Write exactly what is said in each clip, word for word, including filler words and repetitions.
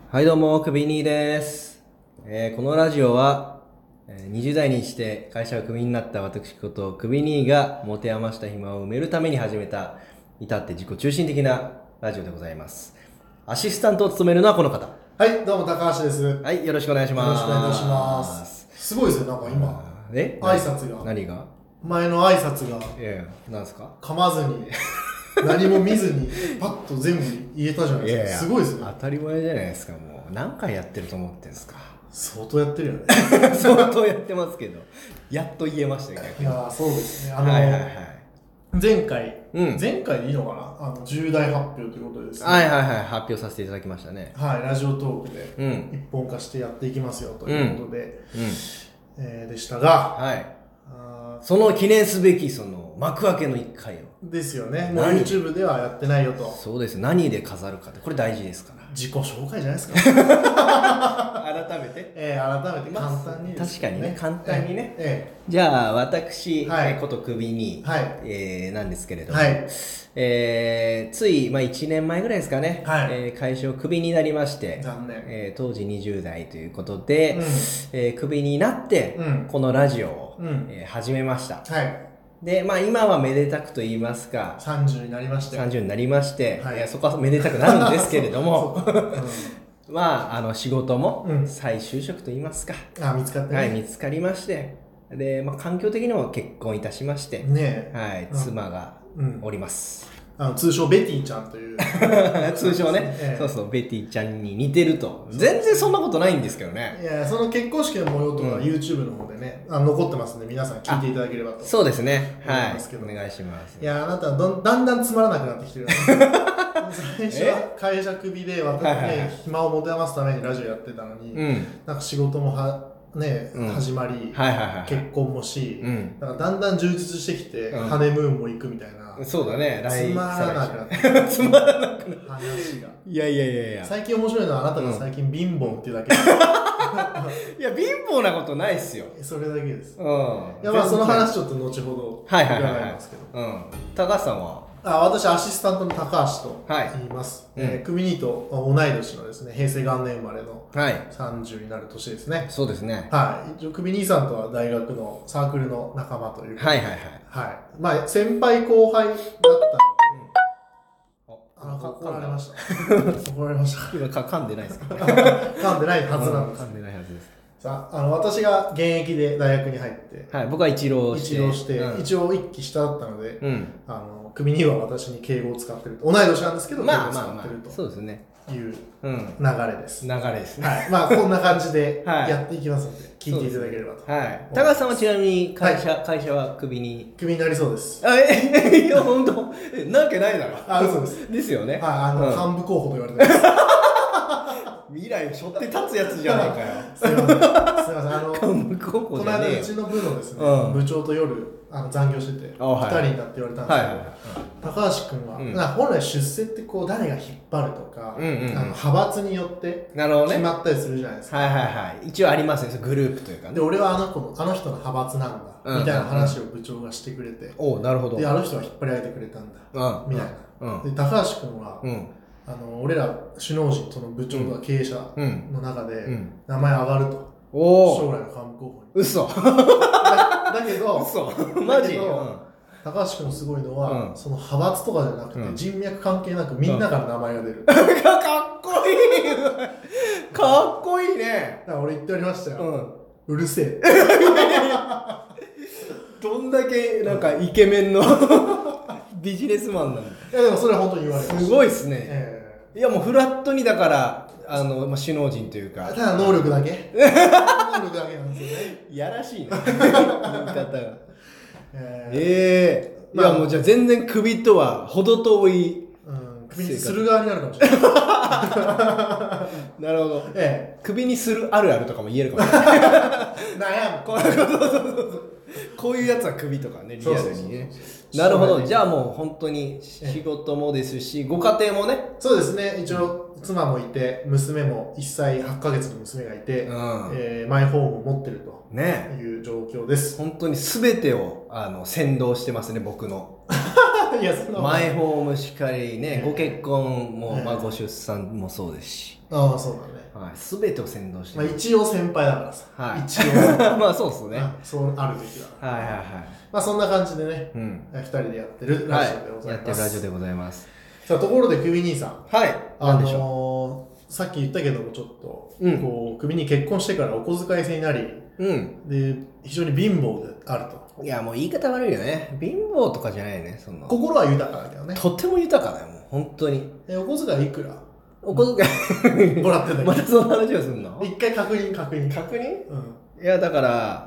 はいどうも、クビニーです。えー、このラジオは、えー、にじゅう代にして会社をクビになった私ことクビニーが持て余した暇を埋めるために始めた至って自己中心的なラジオでございます。アシスタントを務めるのはこの方。 はい、どうも高橋です。 はい、よろしくお願いします。 よろしくお願いします。すごいですよ、なんか今、 え挨拶が。 何が前の挨拶が。 いやいや、なんですか噛まずに、何も見ずに、パッと全部言えたじゃないですか。いやいやすごいですよ。 当たり前じゃないですか、もう。何回やってると思ってんですか。 相当やってるよね。 相当やってますけど、やっと言えましたよ、逆に。 いやー、そうですね。あのー、 はいはいはい。 前回、うん、前回でいいのかな、あの重大発表ということですね。 はいはいはい、発表させていただきましたね。 はい、ラジオトークで一本化してやっていきますよということで、うんうん、えー、でしたが、 はい、あその記念すべきその幕開けのいっかいをですよね。もう YouTube ではやってないよと。 そうです。何で飾るかってこれ大事ですから。 自己紹介じゃないですか。 改めて、 えー、改めて簡単にですね、確かにね、簡単にね、 えー、 じゃあ私、 はい、 こと首に、 はい、 えー、なんですけれども、 はい、 えー、つい、まあ、いちねんまえぐらいですかね、はい、えー、会社をクビになりまして、 残念、 えー、当時にじゅう代ということで、うん、えー、クビになって、うん、このラジオを、うんえー、始めました。はい。で、まあ今はめでたくと言いますか、 さんじゅうになりまして。 さんじゅうになりまして、はい、いやそこはめでたくなるんですけれども、うん、まあ、あの仕事も再就職と言いますか、 うん、あ見つかってね。 はい、見つかりまして、で、まあ環境的にも結婚いたしまして、ね、はい、妻がおります。 うんあの通称ベティちゃんという通称ね、ええ、そうそうベティちゃんに似てると全然そんなことないんですけどね。 いやその結婚式の模様とか YouTube の方でね、うん、あ残ってますんで皆さん聞いていただければと。 そうですね、はい、お願いします。 いやあなたはどだんだんつまらなくなってきてる最初は会社クビで私ね暇を持て余すためにラジオやってたのに、うん、なんか仕事もはね、うん、始まり、はいはいはいはい、結婚もし、うん、だからだんだん充実してきて、うん、ハネムーンも行くみたいな。 そうだね、 つまらなくなってつまらなくなって話が。 いやいやいやいや。 最近面白いのはあなたが最近貧乏っていうだけ。 いや、貧乏なことないっすよ。 それだけです。うん。いや、まあその話ちょっと後ほど伺いますけど。 うん。高橋さんはあ私、アシスタントの高橋と言います。はい、えー、クビニーと同い年のですね、平成元年生まれのさんじゅうになる年ですね。 そうですね。 はい。一応、クビニーさんとは大学のサークルの仲間というか。 はいはいはい。 はい。まあ、先輩後輩だったので、あの、怒られました。怒られました。 今、噛んでないですか噛んでないはずなんです。 噛んでないはずです。 さあ、あの、私が現役で大学に入って、 はい、僕は一浪して。 一浪して、うん、一応一期下だったので、うん、あの、クビニーは私に敬語を使ってると。同い年なんですけど、 まあまあまあ、 敬語を使ってると。 そうですね。 いう流れです。 流れですね。 はい。まあ、こんな感じでやっていきますので、聞いていただければと。 はい。高橋さんはちなみに会社、はい、会社はクビにクビになりそうです。 あ、え、いや、ほんと、なわけないだろ。 あ、嘘です。 ですよね。 はい、あの、幹部候補と言われてます。 未来を背負って立つやつじゃないかよ。 すいません。すいません。あの、 幹部候補この間、うちの部のですね、部長と夜、あの残業してて、二人になって言われたんですけど、高橋君は、本来出世ってこう、誰が引っ張るとか、派閥によって決まったりするじゃないですか。 はいはいはい。一応ありますね、グループというかね。 で、俺はあの子の、あの人の派閥なんだ、みたいな話を部長がしてくれて、 おなるほど。 で、あの人は引っ張り上げてくれたんだ、みたいな。で、高橋君は、あの、俺ら首脳陣、その部長とか経営者の中で、名前上がると。将来の幹部候補に。 嘘。 だけど、 嘘。マジ高橋君のすごいのは、その派閥とかじゃなくて、人脈関係なくみんなから名前が出る。 かっこいいかっこいいね。 だから俺言っておりましたよ。うるせえ。 どんだけ、なんか、イケメンのビジネスマンなんだ。 いや、でもそれは本当に言われました。 すごいっすね。いや、もうフラットにだから、あの、まあ、首脳陣というか。 ただ能力だけ能力だけなんですよね。 いやらしいね。言い方が。ええー。いや、もうじゃあ全然首とは程遠い。 うん。首にする側になるかもしれない。 なるほど。 ええ。 首にするあるあるとかも言えるかもしれない。 悩む。 こうそうそうそうこういうやつは首とかね、リアルにね。なるほど。じゃあもう本当に仕事もですし、ご家庭もね。 そうですね。一応、妻もいて、娘もいっさいはちかげつの娘がいて、うん、えー、マイホームを持ってるという状況です。 本当に全てをあの先導してますね、僕の。 いいや、そんなマイホームしかりね、 えーご結婚も、 えーまあ、ご出産もそうですし、 ああ、そうだね。 はい、全てを先導してまあ、 る、 一応先輩だからさ。 はい、 一応。 まあそうっすね、 うんそうあるべきだから。 はいはいはい、 まあそんな感じでね、 うん二人でやってるラジオでございます。 はい、やってるラジオでございます。 さあ、ところで、クビ兄さん。 はい、 あなんでしょのー、さっき言ったけども、ちょっと、 うんこう、クビに結婚してからお小遣い制になり、 う。うん。 で、非常に貧乏であると。 いや、もう言い方悪いよね。貧乏とかじゃないよね、その。 心は豊かだけどね。 とっても豊かだよ、もう、本当に。 え、お小遣いいくらお小遣いもらってんだまけたその話をするのど。一回確認、確認。 確認うん。 いや、だから、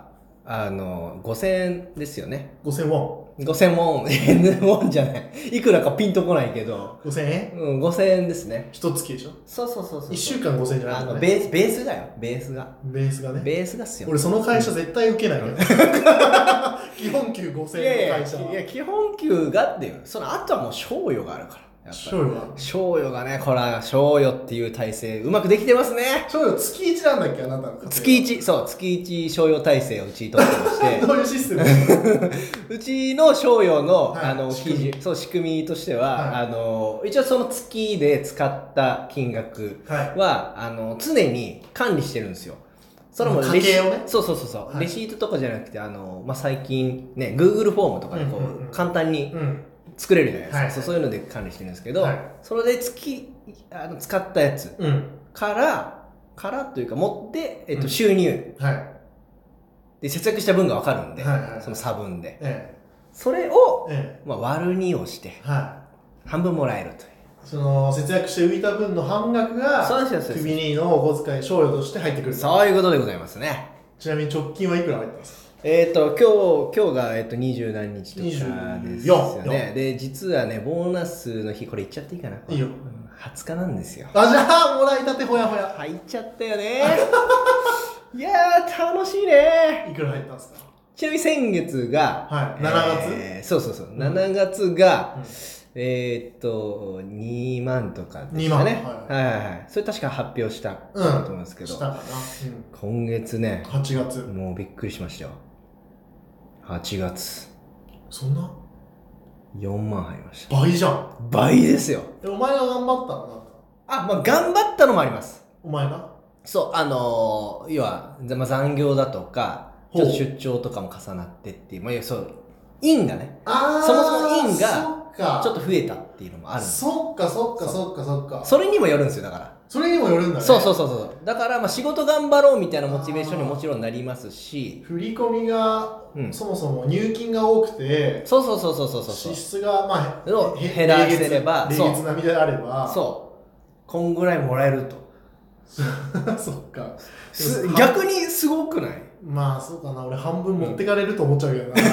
あの、ごせんえんですよね。 ごせんウォン。 ごせんウォン。え、ウォンじゃない。いくらかピンとこないけど。 ごせんえんうん、ごせんえんですね。 一月でしょそうそうそうそう。 一週間ごせんえんじゃないあの、 のね。 ベース、ベースだよ。ベースが。 ベースがね。 ベースがっすよ。 俺その会社絶対受けないけど。基本給ごせんいやいやえんの会社は。 いや、基本給がっていう。その後はもう賞与があるから。やっぱり賞与は賞与がね、これは賞与っていう体制、うまくできてますね。 賞与月いちなんだっけあなたの家庭は月いち、そう、月いち賞与体制をうちに取ってましてどういうシステムうちの賞与の、 はいあの、 仕組み基準、そう、仕組みとしては、 はいあの、一応その月で使った金額はいは、あの、常に管理してるんですよ。それも家計をねそうそうそうそう、 はいレシートとかじゃなくて、あの、まあ、最近ね、Google フォームとかでこう、 うんうんうん簡単にうん作れるじゃないですか。 はいそうそういうので管理してるんですけど、 はいそれで月、あの、使ったやつうんから、からというか持って、えっと、 うん収入、 はいで、節約した分がわかるんで、 はいはいその差分で。 えそれを、 ええまあ、割るにをして、 えは半分もらえるという。 いその節約して浮いた分の半額がそうですそうですクビニーのお小遣い賞与として入ってくるそういうことでございますね。 ちなみに直近はいくら入ってますかえっ、と、今日、今日が、えっ、と、二十何日とかですよにじゅうよね。で、実はね、ボーナスの日、これ言っちゃっていいかな。 いいようんはつかなんですよ。 あじゃあもらいたてほやほや入っちゃったよね。いやー、楽しいね。 いくら入ったんですかちなみに先月が、 はいしちがつえーそうそうそう、しちがつが、えーっと、にまんとかでしたね。 にまんはいはいはい。それ確か発表したとうん思うんですけど、 したかな、 今月ね、 うん、はちがつもうびっくりしましたよ。はちがつ、 そんなよんまん入りました。 倍じゃん倍ですよ。 えお前が頑張ったのなんかあ、まあ頑張ったのもあります。 お前がそう、あのー要は、ざまあ、残業だとか、ちょっと出張とかも重なってっていう、まあ、そう、院がね、 あーそもそも院がそっかちょっと増えたっていうのもあるんです。 そっかそっかそっかそっかそれにもよるんですよ、だから。 それにもよるんだねそうそうそうそう。だから、まあ仕事頑張ろうみたいなモチベーションにもちろんなりますし、 振り込みが、 うんそもそも入金が多くてそうそうそうそうそうそう支出がまあをへ減らせれば例月そう例月並みであればそう。こんぐらいもらえると。 そっかす逆にすごくないまあそうかな俺半分持ってかれると思っちゃうけどな、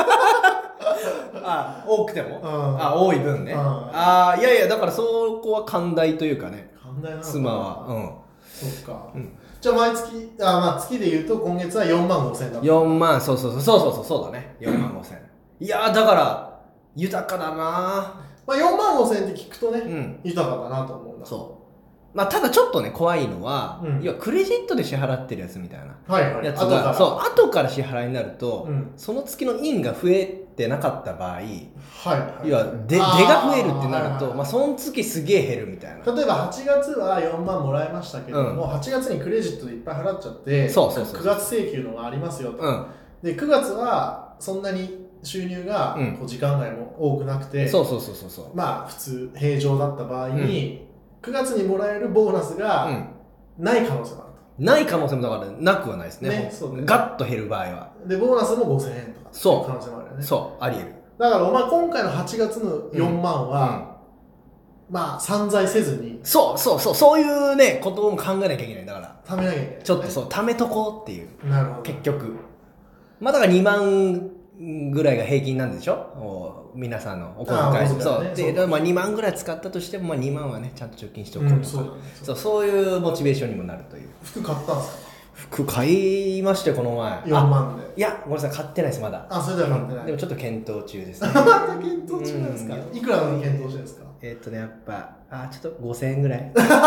あ、多くても、 うんあ、多い分ね。 うんあいやいや、だからそこは寛大というかね、 寛大なのかな妻は。うん。 そっか、 うんじゃあ毎月あまあ月で言うと今月はよんまんごせんだったよんまん、そうそうそう、そうそうそう、そうだね。よんまんごせん。いやー、だから、豊かだなまあよんまんごせんって聞くとね、 うん。 豊かだなと思うんだそう。まあ、ただちょっとね、怖いのは、 うん要はクレジットで支払ってるやつみたいなはいはいやつ後からが、そう、後から支払いになると、 うんその月の印が増えてなかった場合、 はいはい要は出出あーが増えるってなると、 はいはいまあ、その月すげえ減るみたいな。 例えばはちがつはよんまんもらいましたけども、はちがつにクレジットでいっぱい払っちゃってそうそうそうくがつ請求のがありますよと、 うん。 でくがつはそんなに収入がうんこう時間外も多くなくて、 そうそうそうそうそう。 まあ普通平常だった場合に、くがつにもらえるボーナスがうん。 ない可能性もあるない可能性もだからなくはないですね。 ねそうだねガッと減る場合は。 とでボーナスもごせんえんとかそう可能性もあるよねそう、あり得る。 だからお前今回のはちがつのよんまんは、まあ散財せずにそうそうそう、そういうね、ことも考えなきゃいけない。だから、 貯めなきゃいけない、 ちょっとそう、貯めとこうっていう。 なるほど結局。まあだからにまんぐらいが平均なんでしょお皆さんのお小ああ遣い。そう。 お小遣いねで、 そうだからまあにまんぐらい使ったとしても、まあにまんはね、ちゃんと貯金しておこうとか。 うんそうだねそう、そういうモチベーションにもなるという。 服買ったんですか服買いましたよ、この前。 よんまんでいや、ごめんなさい、買ってないです、まだ。 あそれでは買ってない、 でもちょっと検討中ですね。 また検討中なんですか、 うんいくらの検討してるんですかえーっとね、やっぱ、あ、ちょっとごせんえんぐらい。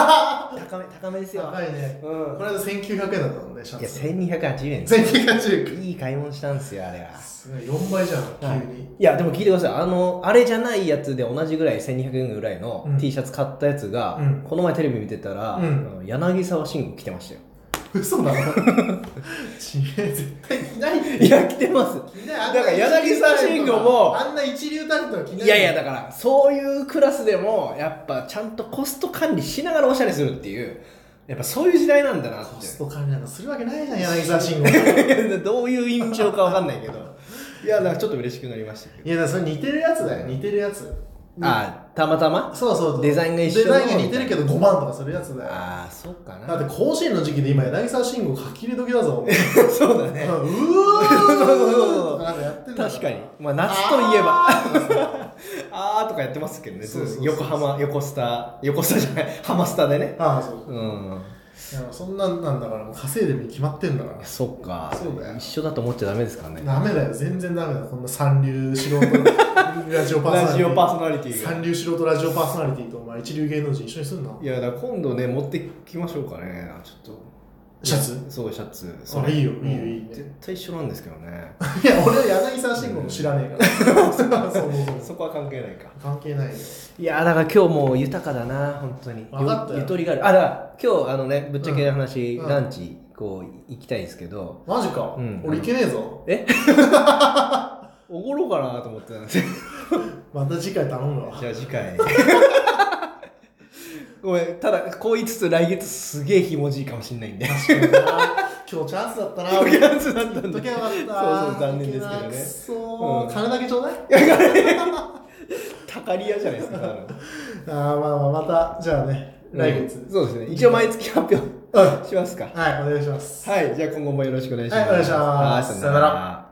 高め、高めですよ。 高いね。 うん。 これでせんきゅうひゃくえんだったもんね、シャツ。 いや、せんにひゃくはちじゅうえん。 せんにひゃくはちじゅうえん。 いい買い物したんですよ、あれは。 すごい、よんばいじゃん、急に。 はい、いや、でも聞いてください。あの、あれじゃないやつで同じぐらいせんにひゃくえんぐらいの T シャツ買ったやつが、うん、この前テレビ見てたら、うん、柳沢慎吾着てましたよ。 嘘だろちげえ、絶対着ないって。 いや、着てます。だから柳沢慎吾も、 あんな一流タレントは着ない。 いやいや、だからそういうクラスでもやっぱちゃんとコスト管理しながらおしゃれするっていう、やっぱそういう時代なんだなって。 コスト管理なんかするわけないじゃん、柳沢慎吾。 どういう印象かわかんないけど、いや、なんかちょっと嬉しくなりましたけど。 いや、だからそれ似てるやつだよ、似てるやつ。 ああ、たまたまそうそうそう、 デザインが一緒。 デザインが似てるけどごまんとかするやつだよ。 ああ、そうかな。 だって甲子園の時期で今柳沢慎吾書き入れ時だぞ。 そうだね。 うわーなんかやってんだ。 確かに。まあ夏といえばあーとかやってますけどね。横浜、横スタ、横スタじゃない、ハマスタでね。 ああ、そうそう。うん。 いやそんなんなんだからもう稼いでるに決まってんだから。 そっか。 そうだよ。 一緒だと思っちゃダメですからね。 ダメだよ、全然ダメだよ。こんな三流素人ラジオパーソナリティ。 ラジオパーソナリティが。三流素人ラジオパーソナリティとお前一流芸能人一緒にすんの？ いや、だから今度ね、持ってきましょうかね。ちょっと。 シャツ？ そう、シャツ。 あ、いいよ、いいよ、いいね。 絶対一緒なんですけどね。 いや、俺は柳沢慎吾も知らねえから。 そこは関係ないか。 関係ないよ。 いや、だから今日もう豊かだな、本当に。 分かったよ。 ゆとりがある。あ、だから今日、あのね、ぶっちゃけな話、ランチ、こう、行きたいんですけど。 マジか。俺行けねえぞ。 えおごろうかなと思ってたんですよ。 また次回頼むわ。 じゃあ次回。ごめん、ただ、こう言いつつ来月すげえひもじいかもしれないんで。 確かにな。今日チャンスだったな。 今日チャンスだったんで。 時はよかった。 そうそう、残念ですけどね。 くそー、金だけちょうだい。 たかり屋じゃないですか。 ああ、まあまあ、また、じゃあね、来月。 そうですね。一応毎月発表しますか。 はい、お願いします。 はい、じゃあ今後もよろしくお願いします。 はい、お願いします。 さよなら。